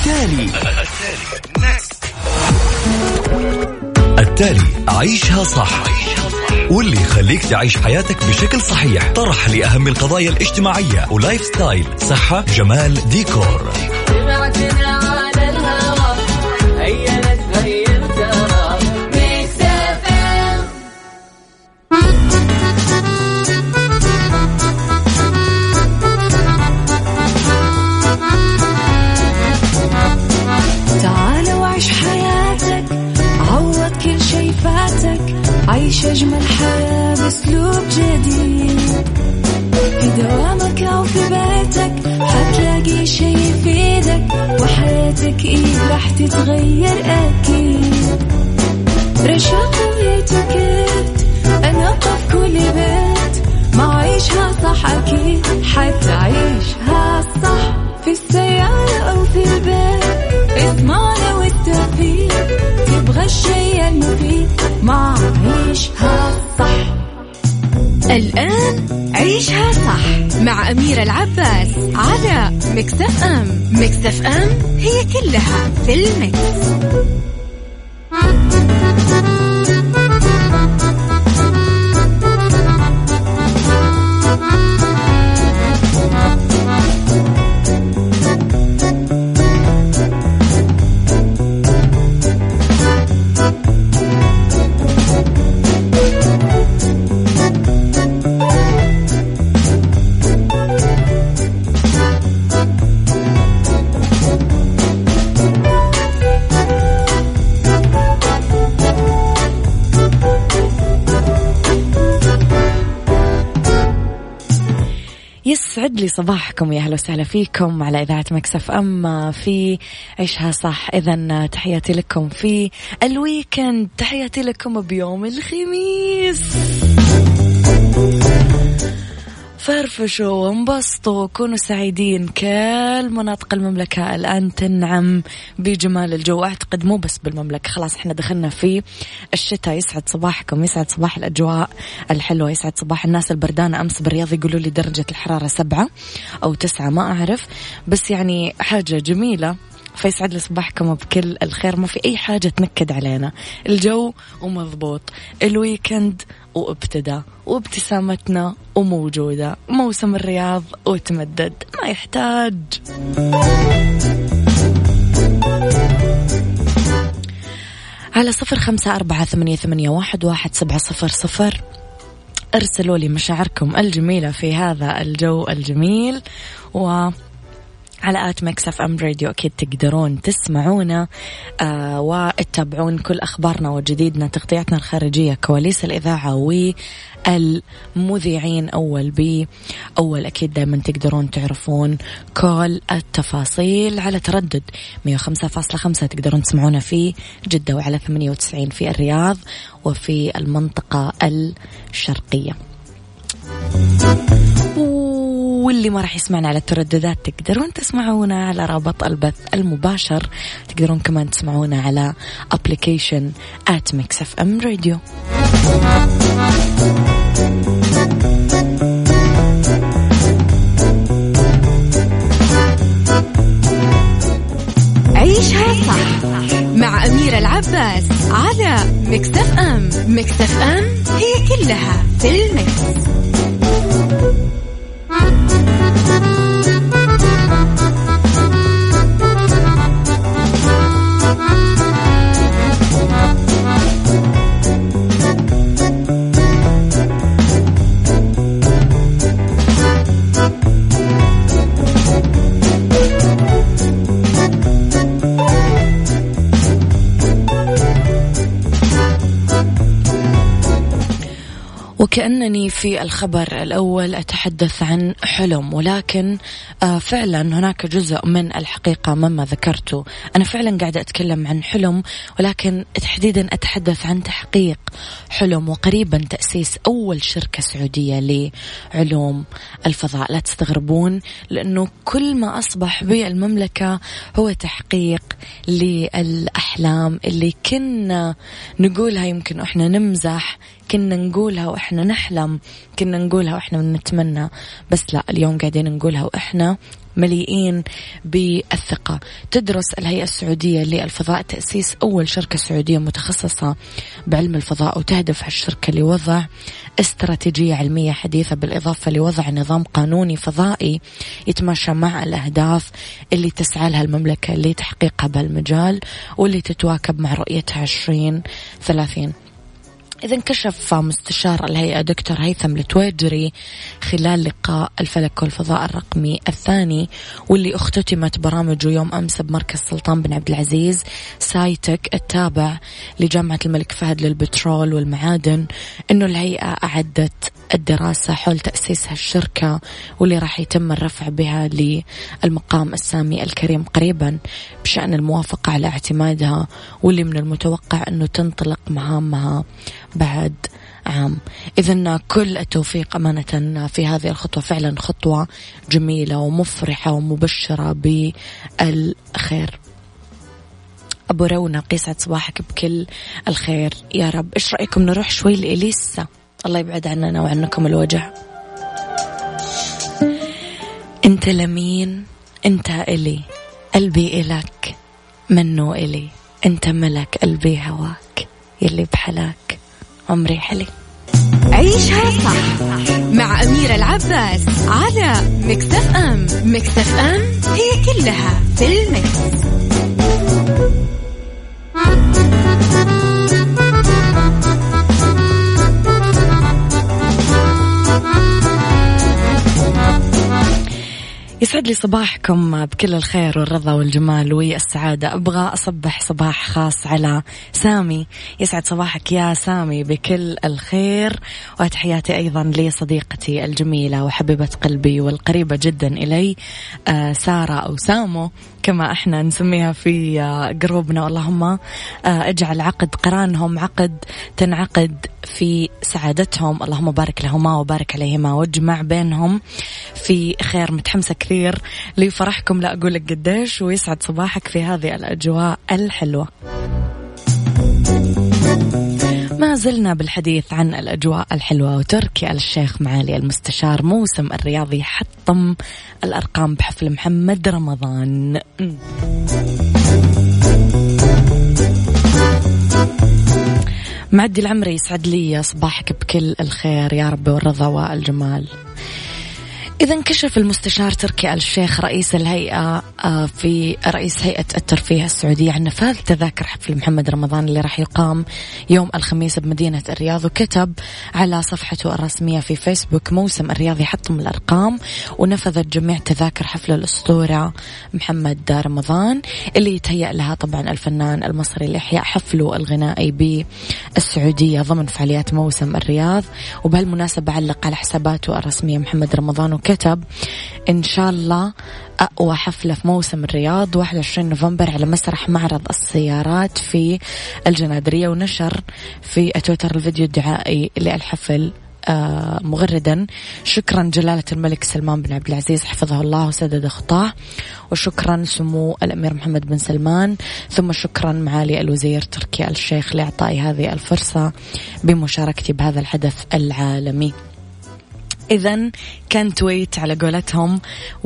التالي عيشها صح، واللي يخليك تعيش حياتك بشكل صحيح. طرح لأهم القضايا الاجتماعية ولايف ستايل، صحة، جمال، ديكور. تعال وعيش حياتك، عوض كل شي فاتك، عيش أجمل حياة بأسلوب جديد. في دوامك أو في بيتك حتلاقي شي يفيدك، وحياتك إيه راح تتغير أكيد. رشاق ويتوكيت أنا قف كل بيت، ما عيشها صح أكيد حتعيشها صح. في السيارة أو في البيت اسمعنا والتوفيق، تبغى الشيء المفيد ما عيشها صح. الآن عيشها صح مع أميرة العباس على ميكس اف ام. ميكس اف ام هي كلها في الميكس. يسعد لي صباحكم، يا أهلا وسهلا فيكم على إذاعة ميكس اف ام في عيشها صح. إذن تحياتي لكم في الويكند، تحياتي لكم بيوم الخميس. فرفشوا وانبسطوا، كونوا سعيدين. كل مناطق المملكة الآن تنعم بجمال الجو. أعتقد مو بس بالمملكة، خلاص احنا دخلنا في الشتاء. يسعد صباحكم، يسعد صباح الأجواء الحلوة، يسعد صباح الناس البردانة. أمس بالرياض يقولوا لي درجة الحرارة 7 أو 9 ما أعرف، بس يعني حاجة جميلة. فيسعد لي صباحكم بكل الخير، ما في أي حاجة تنكد علينا، الجو ومضبوط، الويكند وابتدى، وابتسامتنا وموجودة، موسم الرياض وتمدد، ما يحتاج. على 0548811700 ارسلوا لي مشاعركم الجميلة في هذا الجو الجميل، و على آت ميكس اف ام راديو أكيد تقدرون تسمعونا وتتابعون كل أخبارنا وجديدنا، تغطياتنا الخارجية، كواليس الإذاعة والمذيعين أول بأول. أكيد دائما تقدرون تعرفون كل التفاصيل على تردد 105.5. تقدرون تسمعونا في جدة، وعلى 98 في الرياض وفي المنطقة الشرقية. واللي ما راح يسمعنا على الترددات تقدرون تسمعونا على رابط البث المباشر. تقدرون كمان تسمعونا على أبليكيشن @Mix FM Radio. عيشها صح مع أميرة العباس على ميكس اف ام. ميكس اف ام هي كلها في الميكس. وكأنني في الخبر الأول أتحدث عن حلم، ولكن فعلا هناك جزء من الحقيقة مما ذكرته. أنا فعلا قاعدة أتكلم عن حلم، ولكن تحديدا أتحدث عن تحقيق حلم، وقريبا تأسيس أول شركة سعودية لعلوم الفضاء. لا تستغربون، لأنه كل ما أصبح بالمملكة هو تحقيق للأحلام اللي كنا نقولها، يمكن إحنا نمزح، كنا نقولها وإحنا نحلم، كنا نقولها وإحنا نتمنى، بس لا، اليوم قاعدين نقولها وإحنا مليئين بالثقة. تدرس الهيئة السعودية للفضاء تأسيس أول شركة سعودية متخصصة بعلم الفضاء، وتهدف هالشركة لوضع استراتيجية علمية حديثة بالإضافة لوضع نظام قانوني فضائي يتماشى مع الأهداف اللي تسعى لها المملكة لتحقيقها بهالمجال واللي تتواكب مع رؤيتها 2030. إذا كشف مستشار الهيئة دكتور هيثم التويجري خلال لقاء الفلك والفضاء الرقمي الثاني واللي اختتمت برامجه يوم أمس بمركز سلطان بن عبد العزيز سايتك التابع لجامعة الملك فهد للبترول والمعادن، إنه الهيئة أعدت الدراسة حول تأسيس هالشركة واللي راح يتم الرفع بها للمقام السامي الكريم قريبا بشأن الموافقة على اعتمادها، واللي من المتوقع أنه تنطلق مهامها بعد عام. إذن كل التوفيق أمانة في هذه الخطوة، فعلا خطوة جميلة ومفرحة ومبشرة بالخير. أبو رونق يسعد صباحك بكل الخير يا رب. إيش رأيكم نروح شوي لإليسا؟ الله يبعد عننا وعنكم الوجع. أنت لمين؟ أنت إلي، قلبي إلك منو إلي، أنت ملك قلبي هواك، يلي بحلاك عمري حلي. عيشها صح مع أميرة العباس على ميكس اف ام. ميكس اف ام هي كلها في الميكس. يسعد لي صباحكم بكل الخير والرضا والجمال والسعادة. أبغى أصبح صباح خاص على سامي. يسعد صباحك يا سامي بكل الخير، وتحياتي أيضا لصديقتي الجميلة وحبيبة قلبي والقريبة جدا إلي سارة أو سامو كما احنا نسميها في جروبنا. واللهم اجعل عقد قرانهم عقد تنعقد في سعادتهم، اللهم بارك لهما وبارك عليهما واجمع بينهم في خير. متحمسة كثير لفرحكم، لا أقول لك قديش. ويسعد صباحك في هذه الأجواء الحلوة. ما زلنا بالحديث عن الأجواء الحلوة، وتركي آل الشيخ معالي المستشار موسم الرياضي حطم الأرقام بحفل محمد رمضان. معدي العمري يسعد لي صباحك بكل الخير يا رب والرضا والجمال. إذا انكشف المستشار تركي آل الشيخ رئيس الهيئة في رئيس هيئة الترفيه السعودية عن نفاذ تذاكر حفل محمد رمضان اللي راح يقام يوم الخميس بمدينة الرياض، وكتب على صفحته الرسمية في فيسبوك: موسم الرياض يحطم الأرقام ونفذت جميع تذاكر حفل الأسطورة محمد رمضان اللي يتهيأ لها طبعا الفنان المصري لإحياء حفله الغنائي بالسعودية ضمن فعاليات موسم الرياض. وبهالمناسبة علق على حساباته الرسمية محمد رمضان وكتب: إن شاء الله أقوى حفلة في موسم الرياض 21 نوفمبر على مسرح معرض السيارات في الجنادرية. ونشر في تويتر الفيديو الدعائي للحفل مغردا: شكرا جلالة الملك سلمان بن عبد العزيز حفظه الله وسدد خطاه، وشكرا سمو الأمير محمد بن سلمان، ثم شكرا معالي الوزير تركي آل الشيخ لإعطائي هذه الفرصة بمشاركتي بهذا الحدث العالمي. إذن كان تويت على قولتهم،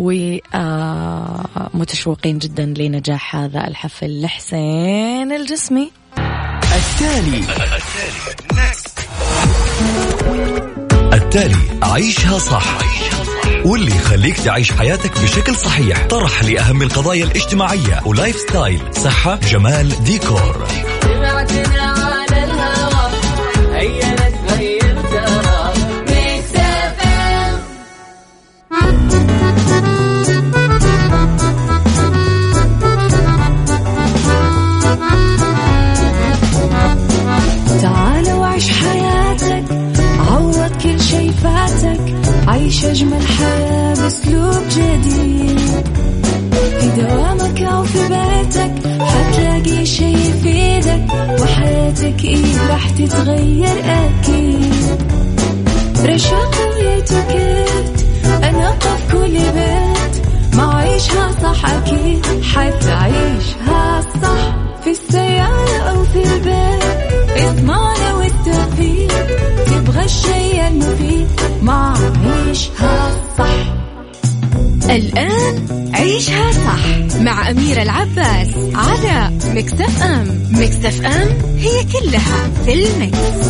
ومتشوقين جدا لنجاح هذا الحفل لحسين الجسمي. التالي عيشها صح، واللي يخليك تعيش حياتك بشكل صحيح. طرح لأهم القضايا الاجتماعية ولايف ستايل، صحة، جمال، ديكور. عيش أجمل حياة بأسلوب جديد، في دوامك أو في بيتك حتلاقي شي يفيدك، وحياتك إيه راح تتغير أكيد. رشاق ويتوكيت أنا قف كل بيت، ما عيشها صح أكيد حتعيشها صح، في السيارة أو في البيت اسمعنا والتوفيق، تبغى الشي المفيد ما عيشها صح. الآن عيشها صح مع أميرة العباس على ميكس اف ام. ميكس اف ام هي كلها في الميكس.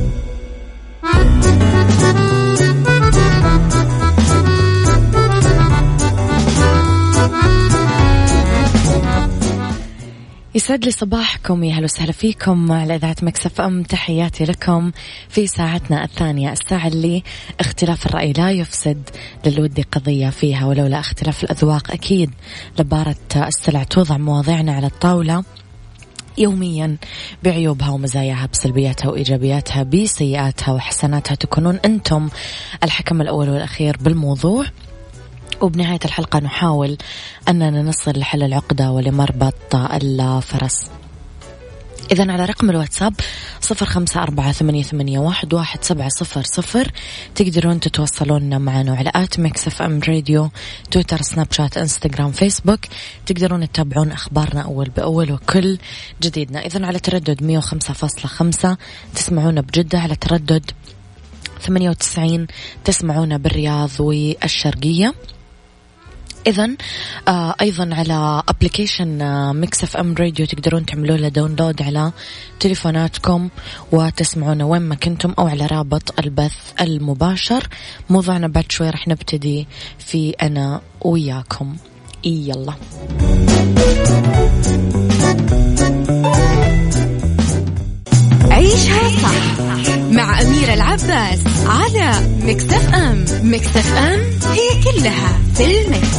يسعد لي صباحكم، يا هلا وسهلا فيكم على إذاعة ميكس اف ام. تحياتي لكم في ساعتنا الثانية، الساعة اللي اختلاف الرأي لا يفسد للود قضية فيها، ولولا اختلاف الأذواق أكيد لبارة السلع. توضع مواضيعنا على الطاولة يوميا بعيوبها ومزاياها، بسلبياتها وإيجابياتها، بسيئاتها وحسناتها. تكونون أنتم الحكم الأول والأخير بالموضوع، وبنهاية الحلقة نحاول أننا نصل لحل العقدة ولمربط الفرس. إذن على رقم الواتساب 0548811700 تقدرون تتواصلون معنا، وعلى ميكس اف ام راديو، تويتر، سناب شات، انستغرام، فيسبوك. تقدرون تتابعون أخبارنا أول بأول وكل جديدنا. إذن على تردد 105.5 تسمعونا بجدة، على تردد 98 تسمعونا بالرياض والشرقية. إذن أيضا على أبليكيشن ميكس اف ام راديو تقدرون تعملوا له داونلود على تليفوناتكم وتسمعونا وين ما كنتم، أو على رابط البث المباشر. موضوعنا بعد شوي رح نبتدي في أنا وياكم. يلا عيشها صح مع أميرة العباس على ميكس اف ام. ميكس اف ام هي كلها في الميكس.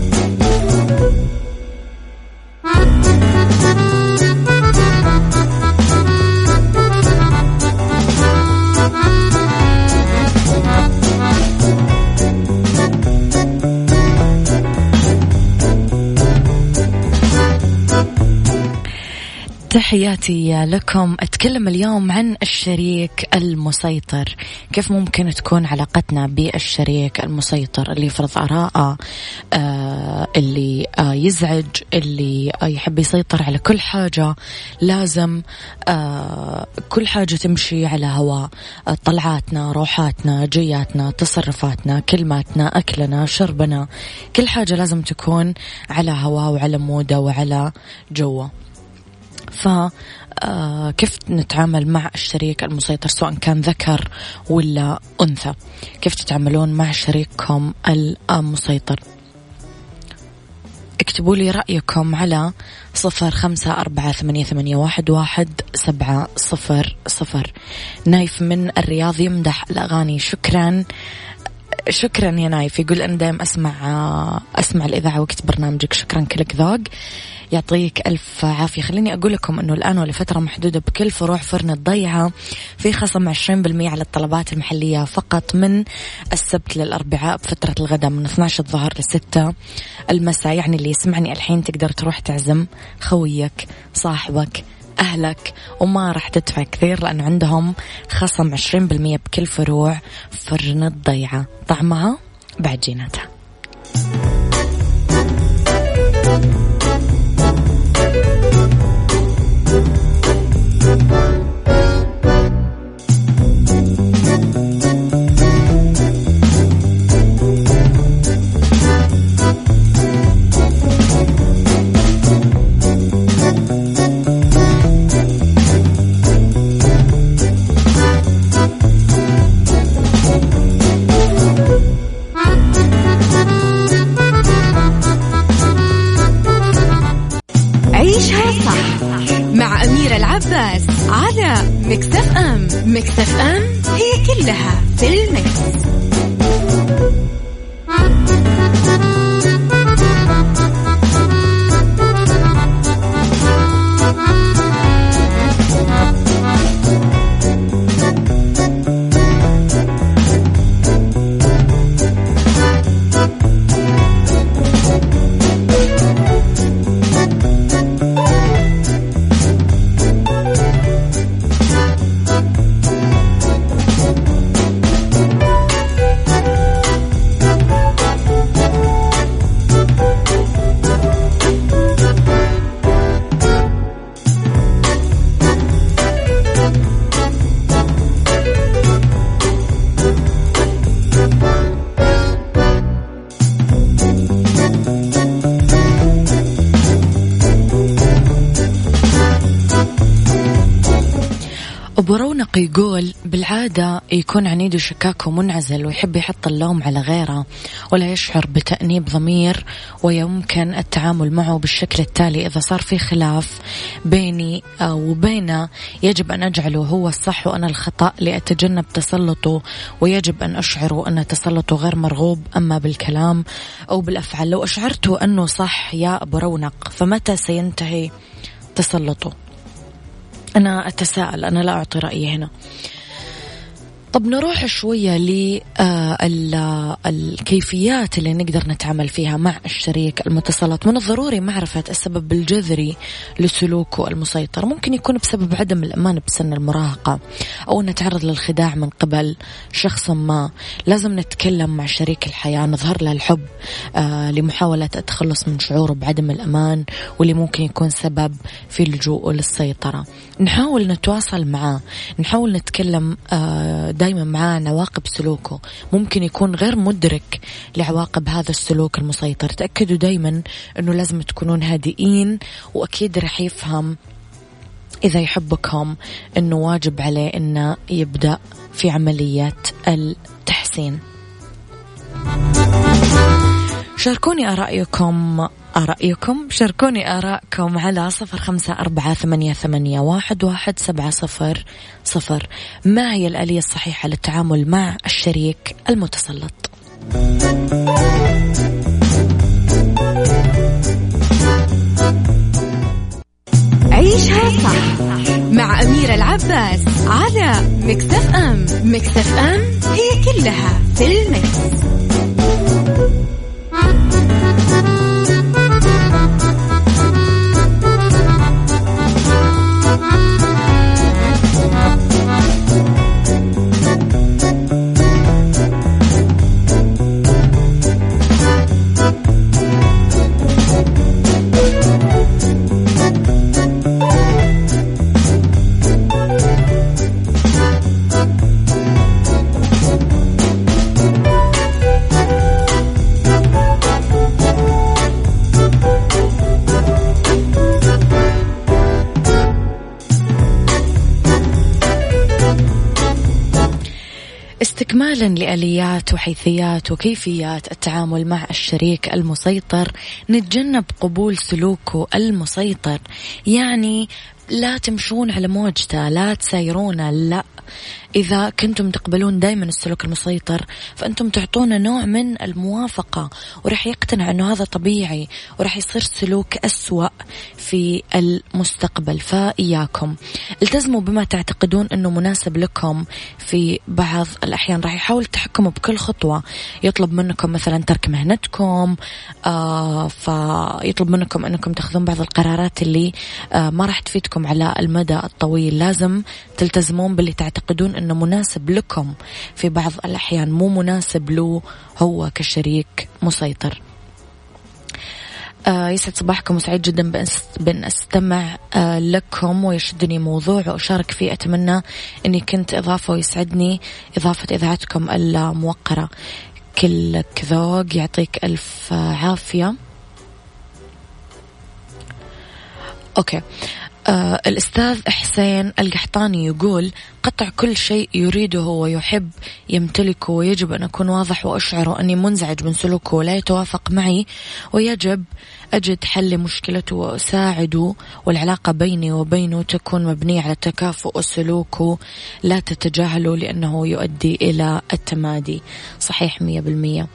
تحياتي لكم. أتكلم اليوم عن الشريك المسيطر. كيف ممكن تكون علاقتنا بالشريك المسيطر اللي يفرض آراءه، اللي يزعج، اللي يحب يسيطر على كل حاجة، لازم كل حاجة تمشي على هوا، طلعاتنا، روحاتنا، جياتنا، تصرفاتنا، كلماتنا، أكلنا، شربنا، كل حاجة لازم تكون على هوا وعلى مودة وعلى جوه. فكيف نتعامل مع الشريك المسيطر سواء كان ذكر ولا أنثى؟ كيف تتعاملون مع شريككم المسيطر؟ اكتبوا لي رأيكم على 0548811700. نايف من الرياض يمدح الأغاني. شكرا يا نايف. يقول أنا دائما أسمع الإذاعة وقت برنامجك. شكرا، كلك ذوق، يعطيك ألف عافية. خليني أقول لكم أنه الآن ولفترة محدودة بكل فروع فرن الضيعة في خصم 20% على الطلبات المحلية فقط من السبت للأربعاء بفترة الغداء من 12 الظهر ل6 المساء. يعني اللي يسمعني الحين تقدر تروح تعزم خويك، صاحبك، أهلك، وما راح تدفع كثير لأنه عندهم خصم 20% بكل فروع فرن الضيعة. طعمها بعد جيناتها. العباس على ميكس اف ام. ميكس اف ام هي كلها في الميكس. أبو رونق يقول بالعادة يكون عنيد وشكاك ومنعزل ويحب يحط اللوم على غيره ولا يشعر بتأنيب ضمير، ويمكن التعامل معه بالشكل التالي: إذا صار في خلاف بيني وبينه يجب أن أجعله هو الصح وأنا الخطأ لأتجنب تسلطه، ويجب أن أشعره أن تسلطه غير مرغوب، أما بالكلام أو بالأفعال لو أشعرته أنه صح يا أبو رونق فمتى سينتهي تسلطه؟ أنا أتساءل، أنا لا أعطي رأيي هنا. طب نروح شوية للكيفيات اللي نقدر نتعامل فيها مع الشريك المتسلط. من الضروري معرفة السبب الجذري لسلوكه المسيطر. ممكن يكون بسبب عدم الأمان بسن المراهقة أو نتعرض للخداع من قبل شخص ما. لازم نتكلم مع شريك الحياة، نظهر له الحب لمحاولة التخلص من شعوره بعدم الأمان واللي ممكن يكون سبب في لجوءه للسيطرة. نحاول نتواصل معاه، نحاول نتكلم دايما معاه عواقب سلوكه. ممكن يكون غير مدرك لعواقب هذا السلوك المسيطر. تأكدوا دايما أنه لازم تكونون هادئين، وأكيد رح يفهم إذا يحبكم أنه واجب عليه أنه يبدأ في عملية التحسين. شاركوني شاركوني آراءكم على 0548811700. ما هي الآلية الصحيحة للتعامل مع الشريك المتسلط؟ عيشها صح مع أميرة العباس على ميكس اف ام. ميكس اف ام هي كلها في الميكس. استكمالا لآليات وحيثيات وكيفيات التعامل مع الشريك المسيطر، نتجنب قبول سلوكه المسيطر. يعني لا تمشون على موجته، لا تسايرونه، لا. إذا كنتم تقبلون دايما السلوك المسيطر فأنتم تعطونا نوع من الموافقة، ورح يقتنع أنه هذا طبيعي، ورح يصير سلوك أسوأ في المستقبل. فإياكم التزموا بما تعتقدون أنه مناسب لكم. في بعض الأحيان رح يحاول التحكم بكل خطوة، يطلب منكم مثلا ترك مهنتكم، فيطلب منكم أنكم تأخذون بعض القرارات اللي ما رح تفيدكم على المدى الطويل. لازم تلتزمون باللي تعتقدون أنه مناسب لكم، في بعض الأحيان مو مناسب له هو كشريك مسيطر. يسعد صباحكم وسعيد جدا بأن أستمع لكم ويشدني موضوع وأشارك فيه. أتمنى أني كنت إضافة ويسعدني إضافة إذاعتكم الموقرة. كلك ذوق، يعطيك ألف عافية. أوكي. الأستاذ حسين القحطاني يقول: قطع كل شيء يريده ويحب يمتلكه، ويجب أن أكون واضح وأشعر أني منزعج من سلوكه ولا يتوافق معي، ويجب أجد حل لمشكلته وأساعده، والعلاقة بيني وبينه تكون مبنية على التكافؤ، وسلوكه لا تتجاهله لأنه يؤدي إلى التمادي. صحيح 100%.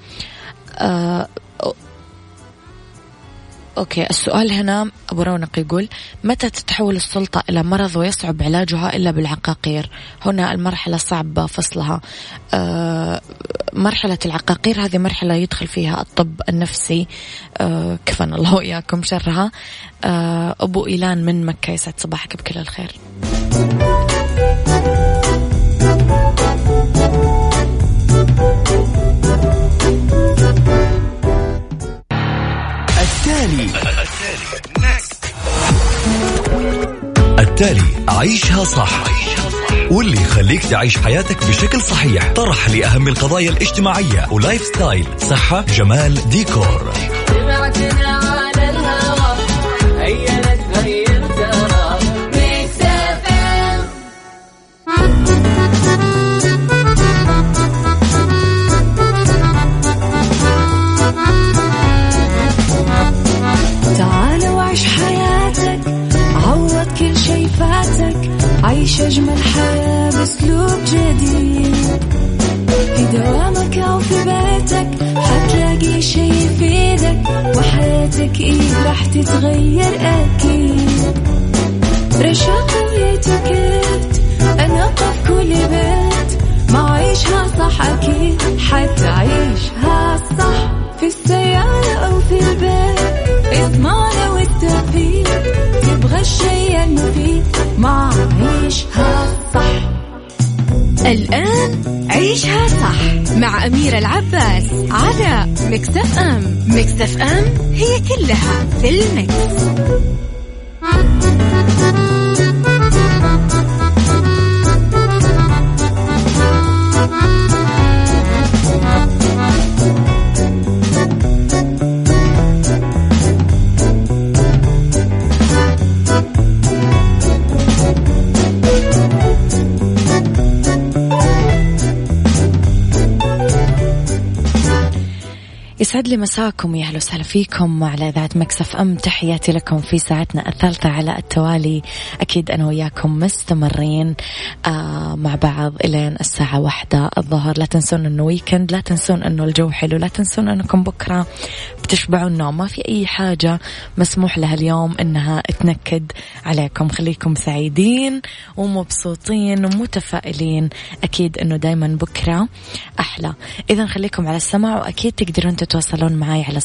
أوكي. السؤال هنا أبو رونق يقول: متى تتحول السلطة إلى مرض ويصعب علاجها إلا بالعقاقير؟ هنا المرحلة صعب فصلها. مرحلة العقاقير هذه مرحلة يدخل فيها الطب النفسي، كفن الله وإياكم شرها. أبو إيلان من مكة، يسعد صباحك بكل الخير. التالي عيشها صح، واللي يخليك تعيش حياتك بشكل صحيح. طرح لأهم القضايا الاجتماعية ولايف ستايل، صحة، جمال، ديكور. عيش أجمل حياة بأسلوب جديد. في دوامك أو في بيتك حتلاقي شي يفيدك، وحياتك إيه راح تتغير أكيد. رشاق ويتوكيت أنا قف كل بيت، ما عيشها صح أكيد حتعيشها صح. في السيارة أو في البيت اسمعنا والتوفيق، تبغى الشيء المفيد ما عيشها صح. الآن عيشها صح مع أميرة العباس على ميكس اف ام. ميكس اف ام هي كلها في الميكس. يسعد لي مساكم، يا أهلا وسهلا فيكم على إذاعة ميكس اف ام. تحياتي لكم في ساعتنا الثالثة على التوالي. أكيد أنا وياكم مستمرين مع بعض إلين الساعة 1 الظهر. لا تنسون أنه ويكند، لا تنسون أنه الجو حلو، لا تنسون أنكم بكرة بتشبعوا النوم. ما في أي حاجة مسموح لها اليوم أنها تنكد عليكم. خليكم سعيدين ومبسوطين ومتفائلين. أكيد أنه دايما بكرة أحلى. إذن خليكم على السمع، وأكيد تقدرون تتواصلون معي على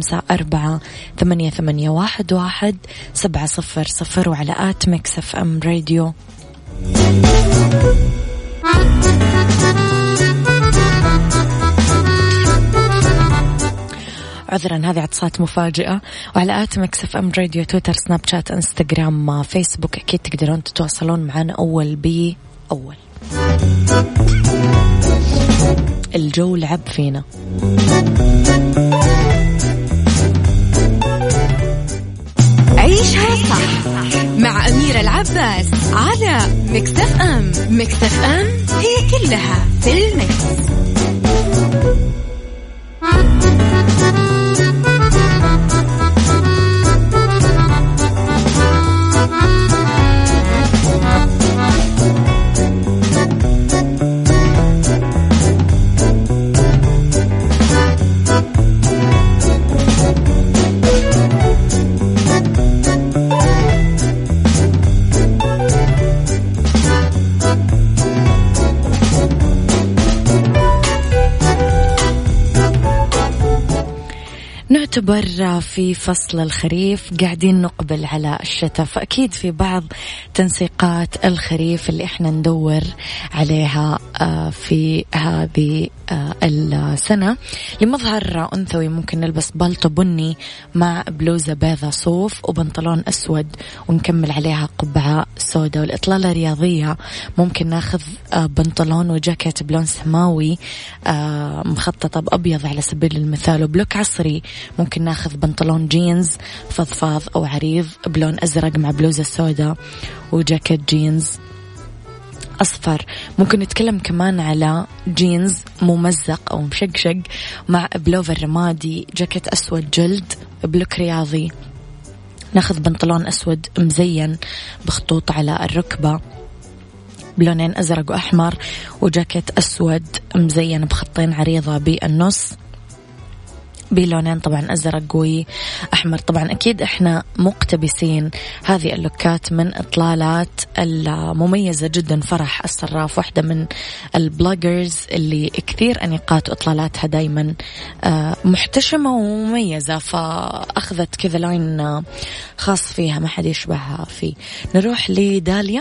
0548811700 وعلى آت ميكس اف ام راديو. عذرا هذه عطسات مفاجئة. وعلى آت ميكس اف ام راديو، تويتر، سناب شات، انستغرام، فيسبوك. أكيد تقدرون تتواصلون معنا أول بأول. الجو لعب فينا. عيشها صح مع أميرة العباس على ميكس اف ام. ميكس اف ام هي كلها في الميكس. نعتبر في فصل الخريف، قاعدين نقبل على الشتاء، فأكيد في بعض تنسيقات الخريف اللي احنا ندور عليها في هذه السنة. لمظهر أنثوي ممكن نلبس بالطو بني مع بلوزة بيضة صوف وبنطلون أسود ونكمل عليها قبعة سوداء. والإطلالة رياضية ممكن ناخذ بنطلون وجاكيت بلون سماوي مخططة بأبيض على سبيل المثال. وبلوك عصري ممكن ناخذ بنطلون جينز فضفاض أو عريض بلون أزرق مع بلوزة سوداء وجاكيت جينز أصفر. ممكن نتكلم كمان على جينز ممزق أو مشقشق مع بلوفر رمادي، جاكيت أسود جلد بلوك رياضي. ناخذ بنطلون أسود مزين بخطوط على الركبة بلونين أزرق وأحمر، وجاكيت أسود مزين بخطين عريضة بالنص بلونين طبعا أزرق وأحمر. طبعا أكيد إحنا مقتبسين هذه اللوكات من إطلالات المميزة جدا فرح الصراف، واحدة من البلوجرز اللي كثير أنيقات إطلالاتها دايما محتشمة ومميزة، فأخذت كذا لاين خاص فيها ما حد يشبهها فيه. نروح لداليا.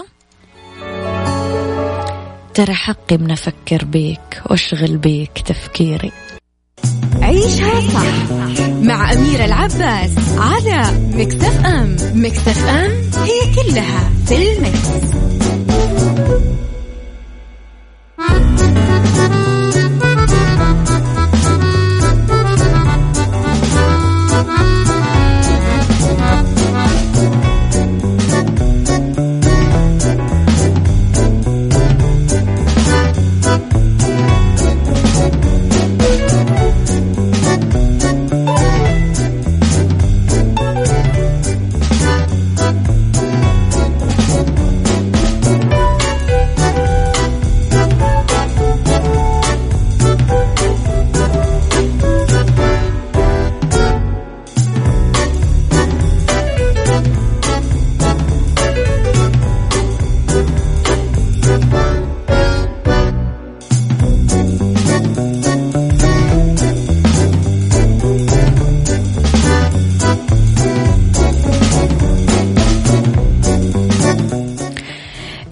ترى حقي من أفكر بيك واشغل بيك تفكيري. عيشها صح مع أميرة العباس على ميكس اف ام. ميكس اف ام هي كلها في الميكس.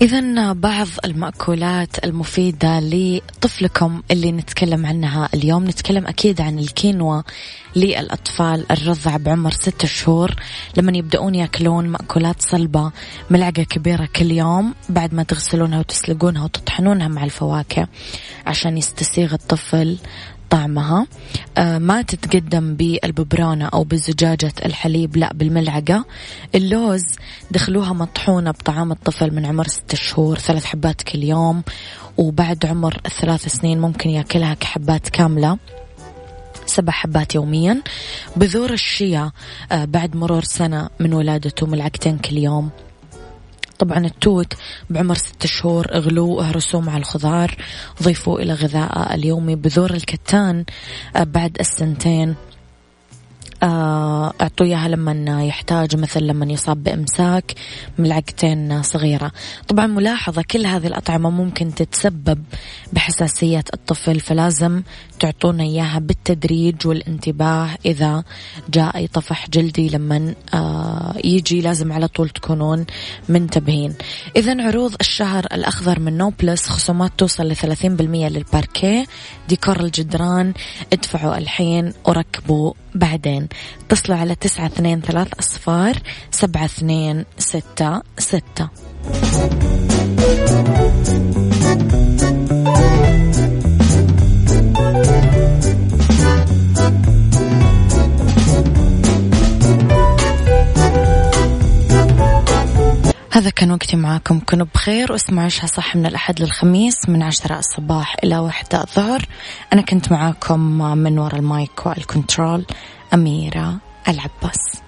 إذن بعض المأكولات المفيدة لطفلكم اللي نتكلم عنها اليوم، نتكلم أكيد عن الكينوا للأطفال الرضع بعمر 6 شهور. لما يبدأون يأكلون مأكولات صلبة ملعقة كبيرة كل يوم بعد ما تغسلونها وتسلقونها وتطحنونها مع الفواكه عشان يستسيغ الطفل طعمها. ما تتقدم بالببرونة أو بزجاجة الحليب، لا بالملعقة. اللوز دخلوها مطحونة بطعام الطفل من عمر 6 شهور 3 حبات كل يوم، وبعد عمر 3 سنين ممكن يأكلها كحبات كاملة 7 حبات يوميا. بذور الشيا بعد مرور سنة من ولادته ملعقتين كل يوم. طبعا التوت بعمر 6 شهور اغلوه واهرسوه مع الخضار، ضيفوه إلى غذاء اليومي. بذور الكتان بعد 2 سنين أعطوا إياها لما يحتاج، مثل لما يصاب بإمساك 2 ملعقة صغيرة. طبعا ملاحظة كل هذه الأطعمة ممكن تتسبب بحساسية الطفل، فلازم تعطونا إياها بالتدريج والانتباه. إذا جاء أي طفح جلدي لما يجي لازم على طول تكونون منتبهين. إذن عروض الشهر الأخضر من نوبلس، خصومات توصل ل 30% للباركيه، ديكور الجدران. ادفعوا الحين وركبوا بعدين. اتصلوا على 9233-7266. هذا كان وقتي معاكم، كنوا بخير واسمعوا عيشها صح من الأحد للخميس من 10 الصباح إلى 1 الظهر. أنا كنت معاكم من وراء المايك والكنترول أميرة العباس.